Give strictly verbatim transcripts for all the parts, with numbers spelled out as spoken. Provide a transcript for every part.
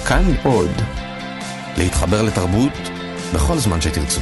כאן עוד. להתחבר לתרבות בכל זמן שתרצו.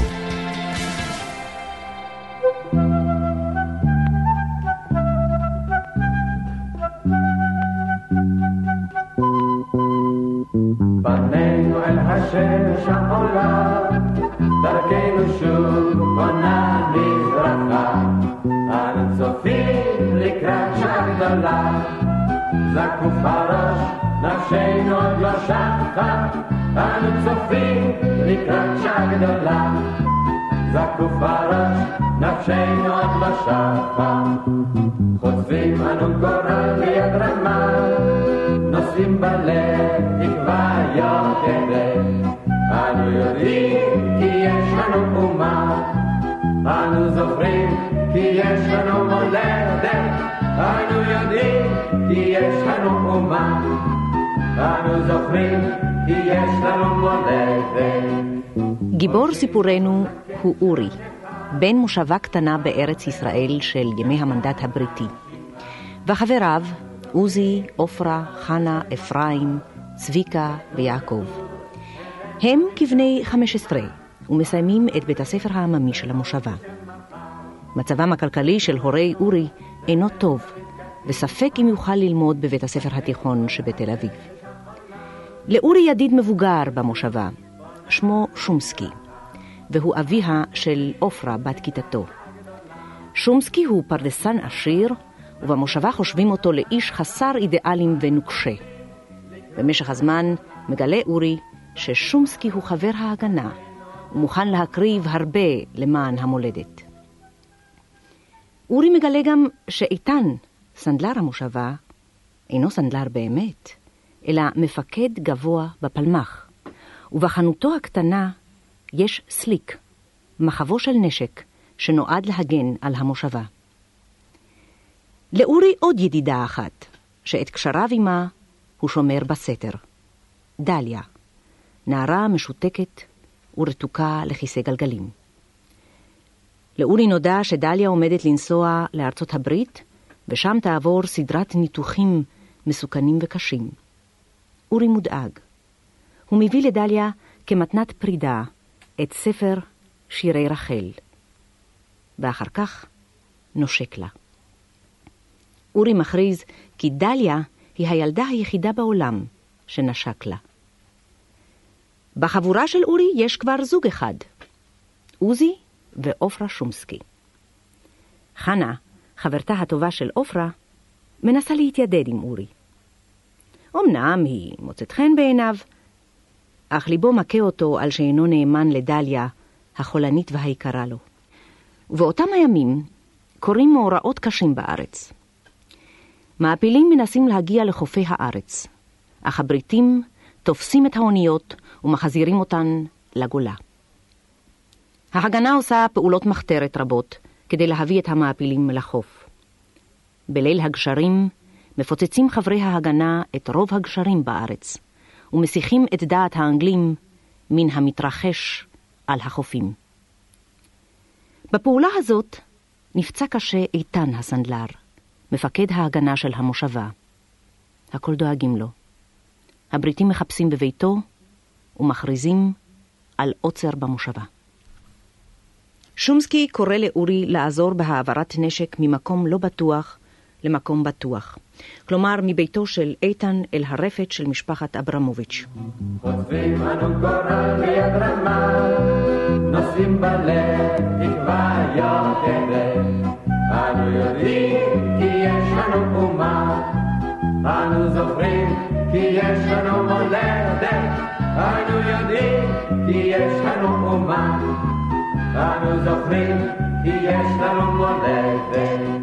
פנינו אל השמש העולה, דרכנו שוב עונה מזרחה, אנו צופים לקראת שעה גדולה, זקוף הראש, נפשנו עוד לא שחה, אנו צופים לקראת שעה גדולה, זקוף הראש, נפשנו עוד לא שחה, חוצבים אנו גורל ביד רמה, נושאים בלב תקווה יוקדת, אנו יודעים כי יש לנו אומה, אנו זוכרים כי יש לנו מולדת, אנו יודעים כי יש לנו אומה, אנו זוכרים כי יש לנו מולדת. גיבור סיפורנו הוא אורי, בן מושבה קטנה בארץ ישראל של ימי המנדט הבריטי, וחבריו עוזי, אופרה, חנה, אפרים, צביקה ויעקב. הם כבני חמש עשרה ומסיימים את בית הספר העממי של המושבה. מצבם הכלכלי של הורי אורי אינו טוב, וספק אם יוכל ללמוד בבית הספר התיכון שבתל אביב. לאורי ידיד מבוגר במושבה, שמו שומסקי, והוא אביה של אופרה בת כיתתו. שומסקי הוא פרדסן עשיר, ובמושבה חושבים אותו לאיש חסר אידיאלים ונוקשה. במשך הזמן מגלה אורי ששומסקי הוא חבר ההגנה, ומוכן להקריב הרבה למען המולדת. אורי מגלה גם שאיתן, סנדלר המושבה, אינו סנדלר באמת, אלא מפקד גבוה בפלמח, ובחנותו הקטנה יש סליק, מחבו של נשק שנועד להגן על המושבה. לאורי עוד ידידה אחת, שאת קשריו עמה הוא שומר בסתר. דליה, נערה משותקת ורתוקה לכיסא גלגלים. לאורי נודע שדליה עומדת לנסוע לארצות הברית, ושם תעבור סדרת ניתוחים מסוכנים וקשים. אורי מודאג. הוא מביא לדליה כמתנת פרידה את ספר שירי רחל, ואחר כך נושק לה. אורי מכריז כי דליה היא הילדה היחידה בעולם שנשק לה. בחבורה של אורי יש כבר זוג אחד, עוזי ואופרה שומסקי. חנה, חברתה הטובה של אופרה, מנסה להתיידד עם אורי. אמנם היא מוצאת חן בעיניו, אך ליבו מכה אותו על שאינו נאמן לדליה, החולנית והיקרה לו. ובאותם הימים קוראים מאורעות קשים בארץ. מעפילים מנסים להגיע לחופי הארץ, אך הבריטים תופסים את האוניות ומחזירים אותן לגולה. ההגנה עושה פעולות מחתרת רבות כדי להביא את המעפילים לחוף. בליל הגשרים מפוצצים חברי ההגנה את רוב הגשרים בארץ, ומסיחים את דעת האנגלים מן המתרחש על החופים. בפעולה הזאת נפצע קשה איתן הסנדלר, מפקד ההגנה של המושבה. הכל דואגים לו. הבריטים מחפשים בביתו ומכריזים על עוצר במושבה. שומסקי קורא לאורי לעזור בהעברת נשק ממקום לא בטוח למקום בטוח. כלומר, מביתו של איתן אל הרפת של משפחת אברמוביץ'. חוצבים אנו גורל ביד רמה, נושאים בלב תקווה יוקדת, אנו יודעים כי יש לנו אומה, אנו זוכרים כי יש לנו מולדת, אנו יודעים כי יש לנו אומה, אנו זוכרים כי יש לנו מולדת.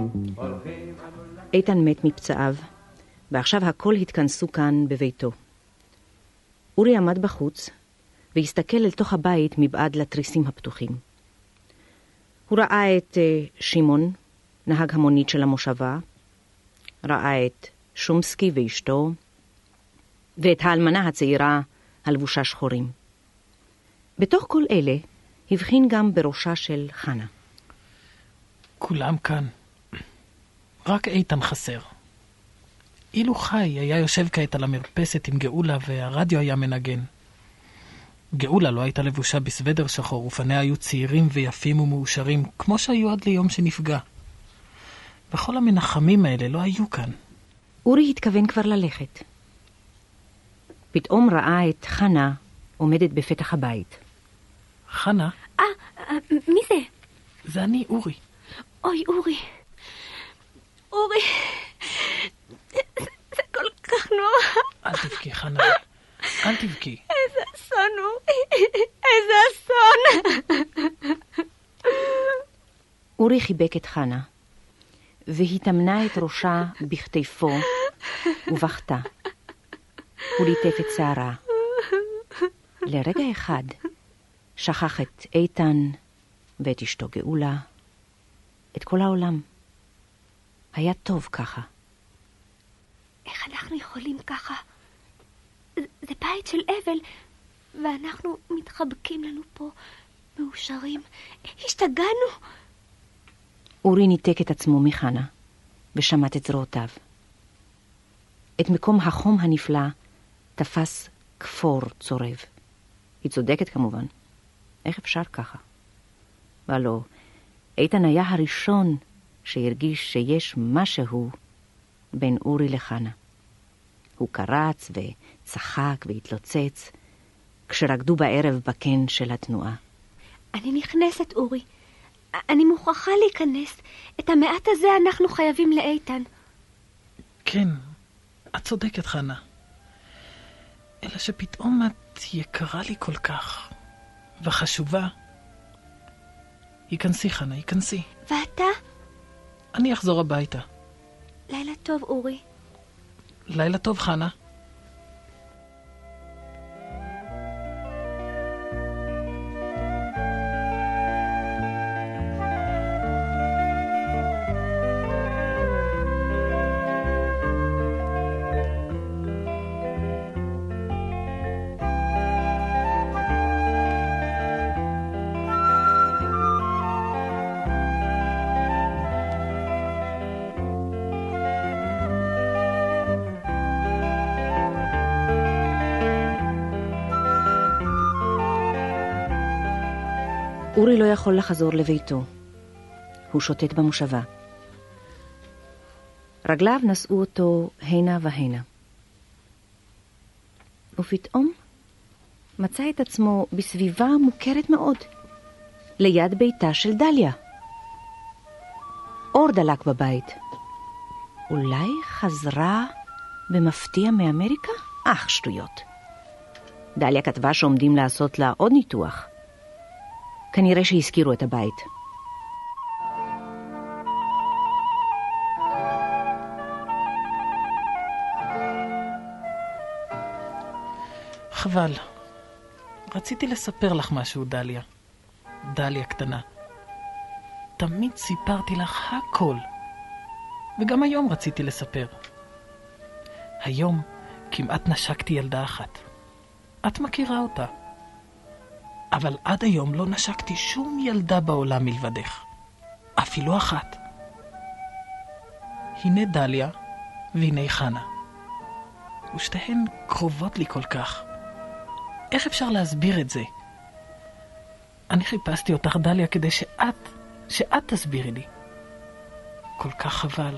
איתן מת מפצעיו, ועכשיו הכל התכנסו כאן בביתו. אורי עמד בחוץ והסתכל אל תוך הבית מבעד לתריסים הפתוחים. הוא ראה את uh, שימון, נהג המונית של המושבה, ראה את שומסקי ואשתו, ואת האלמנה הצעירה הלבושה שחורים. בתוך כל אלה הבחין גם בראשה של חנה. כולם כאן. רק איתן חסר. אילו חי היה יושב כעת על המרפסת עם גאולה והרדיו היה מנגן. גאולה לא הייתה לבושה בסוודר שחור, ופניה היו צעירים ויפים ומאושרים, כמו שהיו עד ליום שנפגע. וכל המנחמים האלה לא היו כאן. אורי התכוון כבר ללכת. פתאום ראה את חנה עומדת בפתח הבית. חנה? אה, מי זה? זה אני, אורי. אוי, אורי. אורי. זה כל כך נורא. אל תבכי, חנה. אל תבכי. איזה אסון, אורי. איזה אסון. אורי חיבק את חנה, והיא תמנה את ראשה בכתפו ובכתה. הוא ליטף את שערה. לרגע אחד שכח את איתן ואת אשתו גאולה, את כל העולם. היה טוב ככה. איך אנחנו יכולים ככה? זה בית של אבל, ואנחנו מתחבקים לנו פה, מאושרים. השתגענו. אורי ניתק את עצמו מחנה, ושמט את זרועותיו. את מקום החום הנפלא תפס כפור צורב. היא צודקת כמובן. איך אפשר ככה? ולא, איתן היה הראשון שהרגיש שיש משהו בין אורי לחנה. הוא קרץ וצחק והתלוצץ, כשרקדו בערב בקן של התנועה. אני נכנסת, אורי. אני מוכרחה להיכנס. את המעט הזה אנחנו חייבים לאיתן. כן, את צודקת, חנה. אלא שפתאום את יקרה לי כל כך, וחשובה. היכנסי, חנה, היכנסי. ואתה? אני אחזור הביתה. לילה טוב, אורי. לילה טוב, חנה. אורי לא יכול לחזור לביתו. הוא שוטט במושבה. רגליו נשאו אותו הנה והנה. ופתאום מצא את עצמו בסביבה מוכרת מאוד, ליד ביתה של דליה. אור דלק בבית. אולי חזרה במפתיע מאמריקה? אך, שטויות. דליה כתבה שעומדים לעשות לה עוד ניתוח. כנראה שהזכירו את הבית. חבל. רציתי לספר לך משהו, דליה. דליה קטנה. תמיד סיפרתי לך הכל. וגם היום רציתי לספר. היום כמעט נשקתי ילדה אחת. את מכירה אותה. אבל עד היום לא נשקתי שום ילדה בעולם מלבדך. אפילו אחת. הנה דליה והנה חנה. ושתיהן קרובות לי כל כך. איך אפשר להסביר את זה? אני חיפשתי אותך, דליה, כדי שאת, שאת תסבירי לי. כל כך חבל.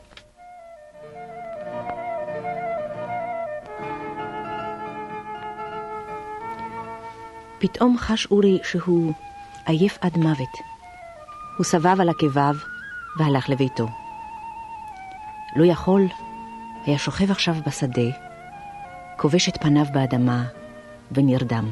פתאום חש אורי שהוא עייף עד מוות. הוא סבב על עקביו והלך לביתו. לא יכול, היה שוכב עכשיו בשדה, כובש את פניו באדמה ונרדם.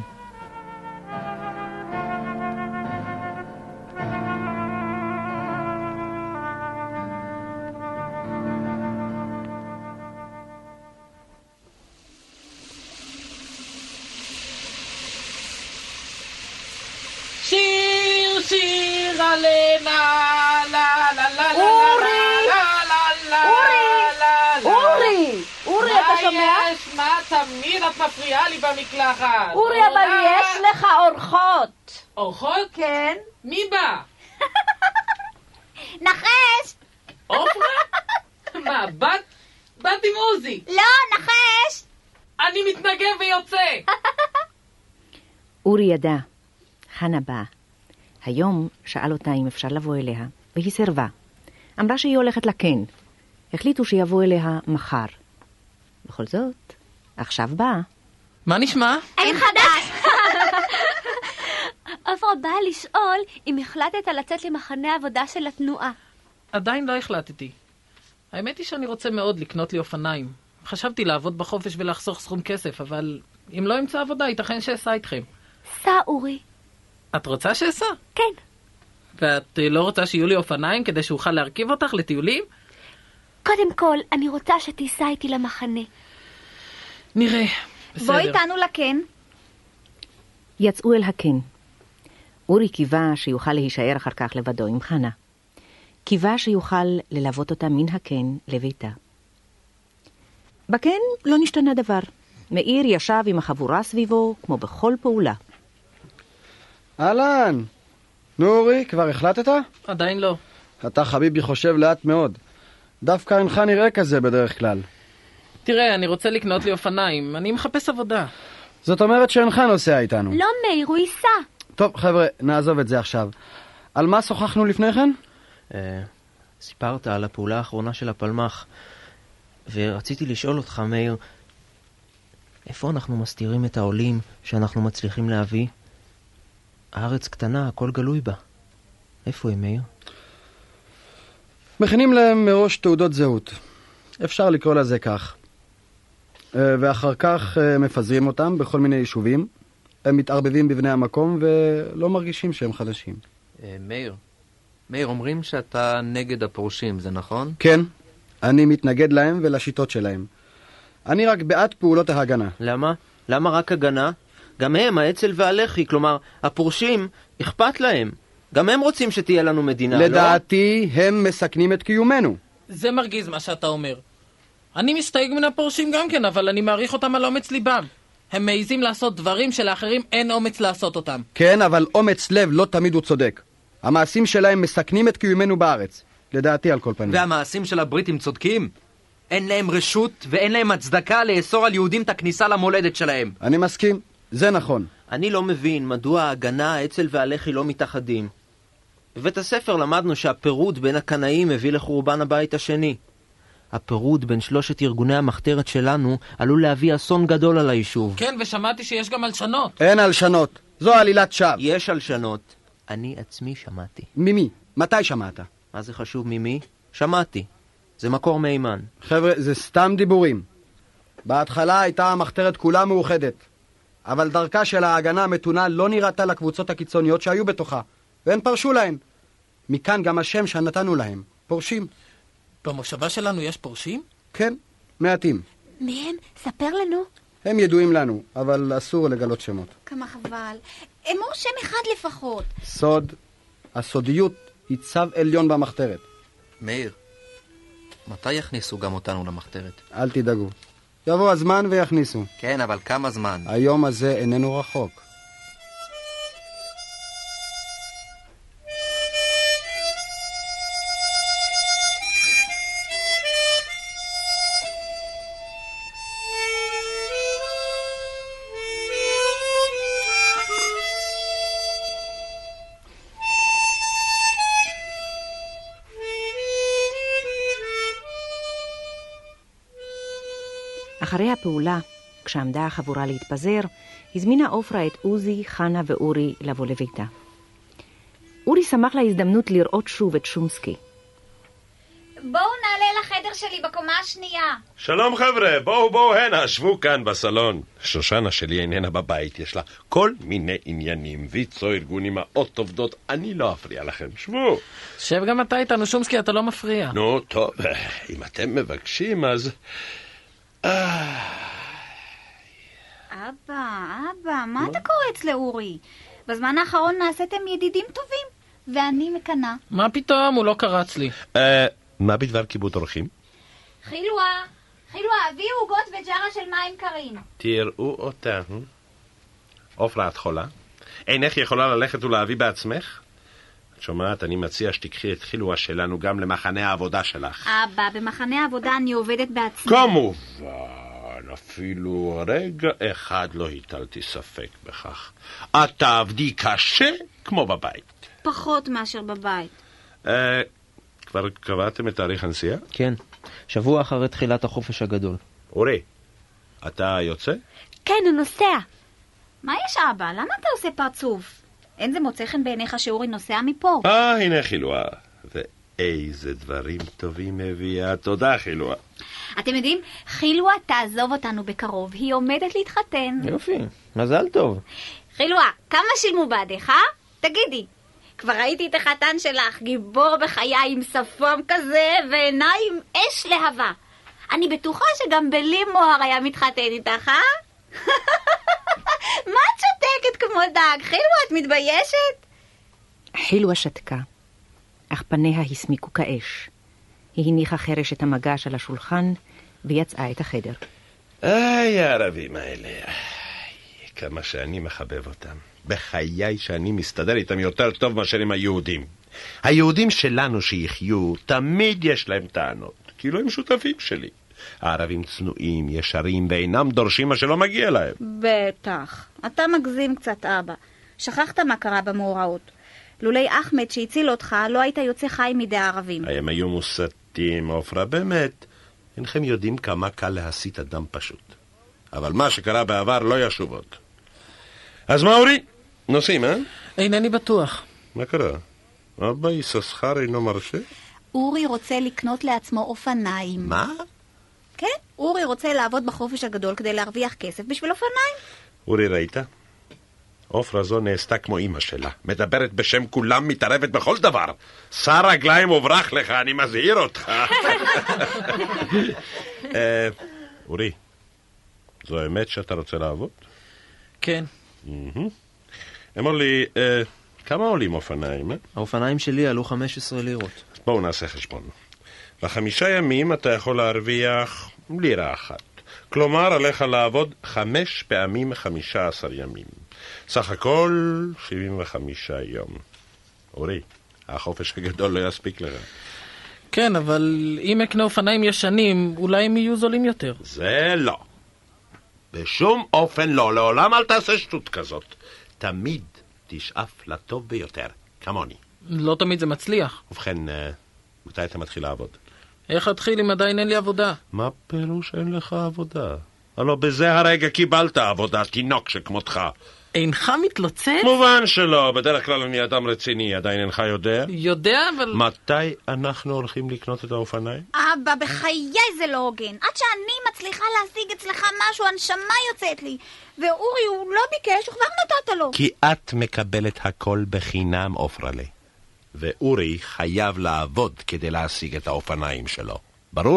שיר שיר עלינה, לה לה לה לה אורי! לה לה לה אורי! לה לה. אורי! אורי, אתה שומע? מה יש? מה תמיד את מפריעה לי במקלחת? אורי, אבל יש לך אורחות. אורחות? כן. מי בא? נחש! עופרה? מה, בת? באתי עם עוזי. לא, נחש! אני מתנגב ויוצא. אורי ידע. חנה באה. היום שאל אותה אם אפשר לבוא אליה, והיא סרבה. אמרה שהיא הולכת לקן. החליטו שיבוא אליה מחר. בכל זאת, עכשיו באה. מה נשמע? אין חדש! עופרה באה לשאול אם החלטת לצאת למחנה עבודה של התנועה. עדיין לא החלטתי. האמת היא שאני רוצה מאוד לקנות לי אופניים. חשבתי לעבוד בחופש ולחסוך סכום כסף, אבל אם לא אמצא עבודה, ייתכן שאסע איתכם. סע, אורי. את רוצה שאסע? כן. ואת לא רוצה שיהיו לי אופניים כדי שאוכל להרכיב אותך לטיולים? קודם כל, אני רוצה שתיסע איתי למחנה. נראה. בסדר. בוא איתנו לקן. יצאו אל הקן. אורי קיווה שיוכל להישאר אחר כך לבדו עם חנה. קיווה שיוכל ללוות אותה מן הקן לביתה. בקן לא נשתנה דבר. מאיר ישב עם החבורה סביבו כמו בכל פעולה. אהלן. נו אורי, כבר החלטת? עדיין לא. אתה חביבי חושב לאט מאוד. דווקא אינך נראה כזה בדרך כלל. תראה, אני רוצה לקנות לי אופניים. אני מחפש עבודה. זאת אומרת שאינך נוסע איתנו. לא, מאיר, הוא ייסע. טוב, חבר'ה, נעזוב את זה עכשיו. על מה שוחחנו לפני כן? אה, סיפרת על הפעולה האחרונה של הפלמ"ח, ורציתי לשאול אותך, מאיר, איפה אנחנו מסתירים את העולים שאנחנו מצליחים להביא? הארץ קטנה, הכל גלוי בה. איפה הם, מאיר? מכינים להם מראש תעודות זהות. אפשר לקרוא לזה כך. ואחר כך מפזרים אותם בכל מיני יישובים. הם מתערבבים בבני המקום ולא מרגישים שהם חדשים. מאיר, מאיר, אומרים שאתה נגד הפורשים, זה נכון? כן, אני מתנגד להם ולשיטות שלהם. אני רק בעד פעולות ההגנה. למה? למה רק הגנה? גם הם, האצ"ל והלח"י, כלומר, הפורשים, אכפת להם. גם הם רוצים שתהיה לנו מדינה, לדעתי, לא? הם מסכנים את קיומנו. זה מרגיז מה שאתה אומר. אני מסתייג מן הפורשים גם כן, אבל אני מעריך אותם על אומץ ליבם. הם מעיזים לעשות דברים שלאחרים אין אומץ לעשות אותם. כן, אבל אומץ לב לא תמיד הוא צודק. המעשים שלהם מסכנים את קיומנו בארץ. לדעתי על כל פנים. והמעשים של הבריטים צודקים? אין להם רשות ואין להם הצדקה לאסור על יהודים את הכניסה למולדת שלהם. אני מסכים, זה נכון. אני לא מבין מדוע ההגנה, האצ"ל והלח"י לא מתאחדים. בבית הספר למדנו שהפירוד בין הקנאים הביא לחורבן הבית השני. הפירוד בין שלושת ארגוני המחתרת שלנו עלול להביא אסון גדול על היישוב. כן, ושמעתי שיש גם הלשנות. אין הלשנות, זו עלילת שווא. יש הלשנות. אני עצמי שמעתי. ממי? מתי שמעת? מה זה חשוב ממי? שמעתי. זה מקור מימן. חבר'ה, זה סתם דיבורים. בהתחלה הייתה המחתרת כולה מאוחדת. אבל דרכה של ההגנה המתונה לא נראתה לקבוצות הקיצוניות שהיו בתוכה, והן פרשו להן. מכאן גם השם שנתנו להם, פורשים. במושבה שלנו יש פורשים? כן, מעטים. מהם? ספר לנו. הם ידועים לנו, אבל אסור לגלות שמות. כמה חבל. אמור שם אחד לפחות. סוד, הסודיות היא צו עליון במחתרת. מאיר, מתי יכניסו גם אותנו למחתרת? אל תדאגו. יבוא הזמן ויכניסו. כן, אבל כמה זמן? היום הזה איננו רחוק. אחרי הפעולה, כשעמדה החבורה להתפזר, הזמינה עופרה את עוזי, חנה ואורי לבוא לביתה. אורי שמח להזדמנות לראות שוב את שומסקי. בואו נעלה לחדר שלי בקומה השנייה. שלום חבר'ה, בואו בואו הנה, שבו כאן בסלון. שושנה שלי איננה בבית, יש לה כל מיני עניינים, ויצו ארגונים מאוד עובדות, אני לא אפריע לכם, שבו. שב גם אתה איתנו, שומסקי, אתה לא מפריע. נו, טוב, אם אתם מבקשים, אז... אבא, אבא, מה אתה קורץ לאורי? בזמן האחרון נעשיתם ידידים טובים, ואני מקנה. מה פתאום? הוא לא קרץ לי. מה בדבר כיבוד אורחים? חילואה, חילואה, הביאו עוגות וג'רה של מים קרים. תראו אותה. עופרה, את חולה? אינך יכולה ללכת ולהביא בעצמך? את שומעת, אני מציע שתקחי את חילואה שלנו גם למחנה העבודה שלך. אבא, במחנה העבודה אני עובדת בעצמי. כמובן, אפילו רגע אחד לא הטלתי ספק בכך. את תעבדי קשה כמו בבית. פחות מאשר בבית. אה, כבר קבעתם את תאריך הנסיעה? כן, שבוע אחרי תחילת החופש הגדול. אורי, אתה יוצא? כן, הוא נוסע. מה יש אבא? למה אתה עושה פרצוף? אין זה מוצא חן בעיניך שאורי נוסע מפה? אה, הנה חילואה. ואיזה דברים טובים הביאה. תודה, חילואה. אתם יודעים, חילואה תעזוב אותנו בקרוב. היא עומדת להתחתן. יופי, מזל טוב. חילואה, כמה שילמו בעדך, אה? תגידי. כבר ראיתי את החתן שלך, גיבור בחיי עם שפם כזה ועיניים אש להבה. אני בטוחה שגם בלימור היה מתחתן איתך, אה? מה את שותקת כמו דג? חילואה, את מתביישת? חילואה שתקה, אך פניה הסמיקו כאש. היא הניחה חרש את המגש על השולחן ויצאה את החדר. איי, הערבים האלה. איי, כמה שאני מחבב אותם. בחיי שאני מסתדר איתם יותר טוב מאשר עם היהודים. היהודים שלנו שיחיו, תמיד יש להם טענות. כאילו הם שותפים שלי. הערבים צנועים, ישרים, ואינם דורשים מה שלא מגיע להם. בטח. אתה מגזים קצת, אבא. שכחת מה קרה במאורעות. לולי אחמד שהציל אותך, לא היית יוצא חי מידי הערבים. הם היו מוסתים, עופרה, באמת. אינכם יודעים כמה קל להסית אדם פשוט. אבל מה שקרה בעבר לא ישוב עוד. אז מה, אורי? נוסעים, אה? אינני בטוח. מה קרה? אבא יששכר אינו מרשה? אורי רוצה לקנות לעצמו אופניים. מה? כן, אורי רוצה לעבוד בחופש הגדול כדי להרוויח כסף בשביל אופניים. אורי, ראית? עופרה זו נעשתה כמו אמא שלה. מדברת בשם כולם, מתערבת בכל דבר. שר רגליים וברח לך, אני מזהיר אותך. אה, אורי, זו אמת שאתה רוצה לעבוד? כן. אמר לי, אה, כמה עולים אופניים, אה? האופניים שלי עלו חמש עשרה לירות. בואו נעשה חשבון. בחמישה ימים אתה יכול להרוויח לירה אחת. כלומר, עליך לעבוד חמש פעמים חמישה עשר ימים. סך הכל שבעים וחמישה יום. אורי, החופש הגדול לא יספיק לך. כן, אבל אם אקנה אופניים ישנים, אולי הם יהיו זולים יותר. זה לא. בשום אופן לא. לעולם אל תעשה שטות כזאת. תמיד תשאף לטוב ביותר, כמוני. לא תמיד זה מצליח. ובכן, מתי אתה מתחיל לעבוד? איך אתחיל אם עדיין אין לי עבודה? מה פירוש אין לך עבודה? הלוא בזה הרגע קיבלת עבודה, תינוק שכמותך. אינך מתלוצץ? מובן שלא, בדרך כלל אני אדם רציני, עדיין אינך יודע? יודע, אבל... מתי אנחנו הולכים לקנות את האופניים? אבא, בחיי זה לא הוגן. עד שאני מצליחה להשיג אצלך משהו, הנשמה יוצאת לי. ואורי, הוא לא ביקש, וכבר נתת לו. כי את מקבלת הכל בחינם, עופרלה. ואורי חייב לעבוד כדי להשיג את האופניים שלו. ברור?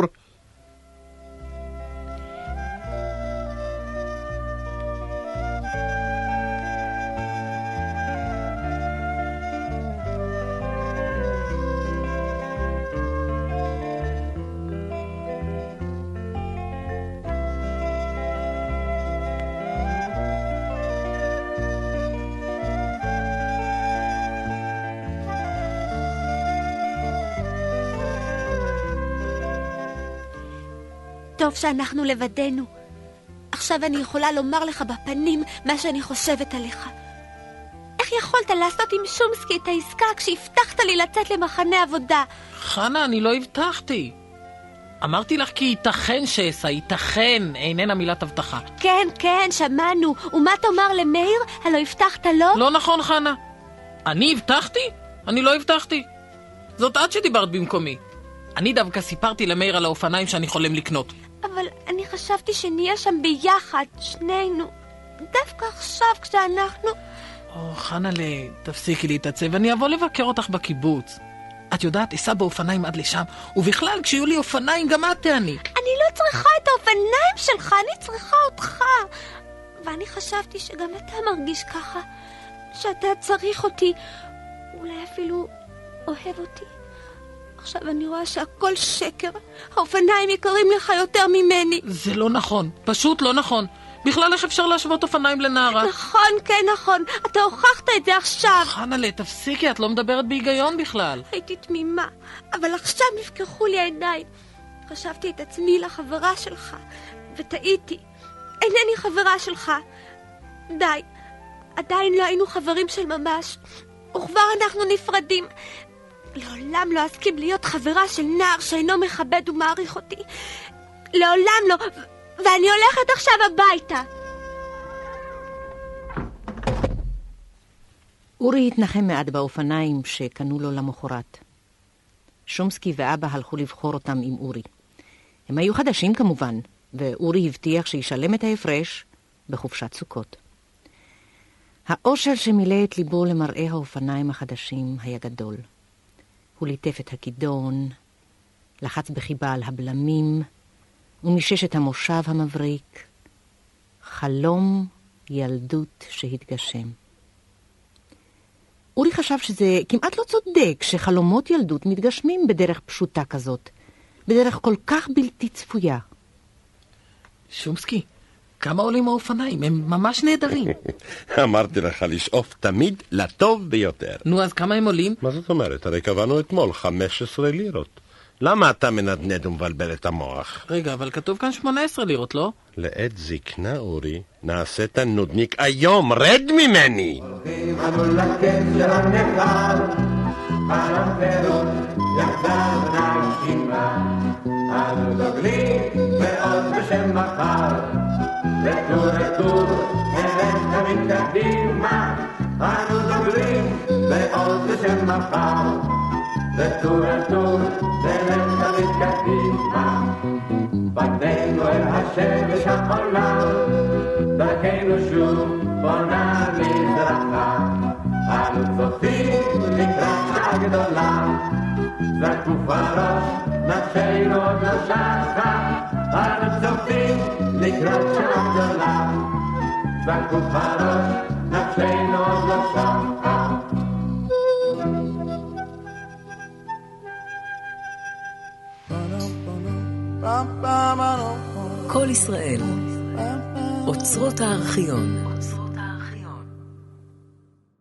טוב שאנחנו לבדנו. עכשיו אני יכולה לומר לך בפנים מה שאני חושבת עליך. איך יכולת לעשות עם שומסקי את העסקה כשהבטחת לי לצאת למחנה עבודה? חנה, אני לא הבטחתי. אמרתי לך כי ייתכן שעשה, ייתכן, איננה מילת הבטחה. כן, כן, שמענו. ומה תאמר למאיר? הלא הבטחת לו? לא נכון, חנה. אני הבטחתי? אני לא הבטחתי. זאת את שדיברת במקומי. אני דווקא סיפרתי למאיר על האופניים שאני חולם לקנות. אבל אני חשבתי שנהיה שם ביחד, שנינו. דווקא עכשיו כשאנחנו... או, חנה'לה, תפסיקי להתעצב, אני אבוא לבקר אותך בקיבוץ. את יודעת, אסע באופניים עד לשם, ובכלל, כשיהיו לי אופניים, גם את תעני. אני לא צריכה את האופניים שלך, אני צריכה אותך. ואני חשבתי שגם אתה מרגיש ככה, שאתה צריך אותי, אולי אפילו אוהב אותי. עכשיו אני רואה שהכל שקר. האופניים יקרים לך יותר ממני. זה לא נכון, פשוט לא נכון. בכלל איך אפשר להשוות אופניים לנערה? נכון, כן נכון, אתה הוכחת את זה עכשיו. חנלה, תפסיקי, את לא מדברת בהיגיון בכלל. הייתי תמימה, אבל עכשיו נפקחו לי העיניים. חשבתי את עצמי לחברה שלך, וטעיתי. אינני חברה שלך. די, עדיין לא היינו חברים של ממש, וכבר אנחנו נפרדים. לעולם לא אסכים להיות חברה של נער שאינו מכבד ומעריך אותי. לעולם לא, ואני הולכת עכשיו הביתה. אורי התנחם מעט באופניים שקנו לו למחרת. שומסקי ואבא הלכו לבחור אותם עם אורי. הם היו חדשים כמובן, ואורי הבטיח שישלם את ההפרש בחופשת סוכות. האושר שמילא את ליבו למראה האופניים החדשים היה גדול. הוא ליטף את הכידון, לחץ בחיבה על הבלמים, ומשש את המושב המבריק. חלום ילדות שהתגשם. אורי חשב שזה כמעט לא צודק שחלומות ילדות מתגשמים בדרך פשוטה כזאת, בדרך כל כך בלתי צפויה. שומסקי, כמה עולים האופניים? הם ממש נהדרים. אמרתי לך לשאוף תמיד לטוב ביותר. נו, אז כמה הם עולים? מה זאת אומרת? הרי קבענו אתמול חמש עשרה לירות. למה אתה מנדנד ומבלבל את המוח? רגע, אבל כתוב כאן שמונה עשרה לירות, לא? לעת זקנה, אורי, נעשית נודניק היום, רד ממני! הולכים אנו לקץ של הנכר, על הפירות יחדיו נגשימה, אנו דוגלים ועוד בשם מחר, וטור וטור נלך תמיד קדימה, אנו דוגלים ועוד בשם מחר, וטור וטור נלך תמיד קדימה. פנינו אל השמש החולה, דרכנו שוב בונה מזרחה, אנו צופים לקראת שעה גדולה, זקוף הראש, נפשנו עוד לא שחה, אנו צופים לקראת שעה גדולה, זקוף הראש, נפשנו עוד לא שחה. כל ישראל, אוצרות הארכיון.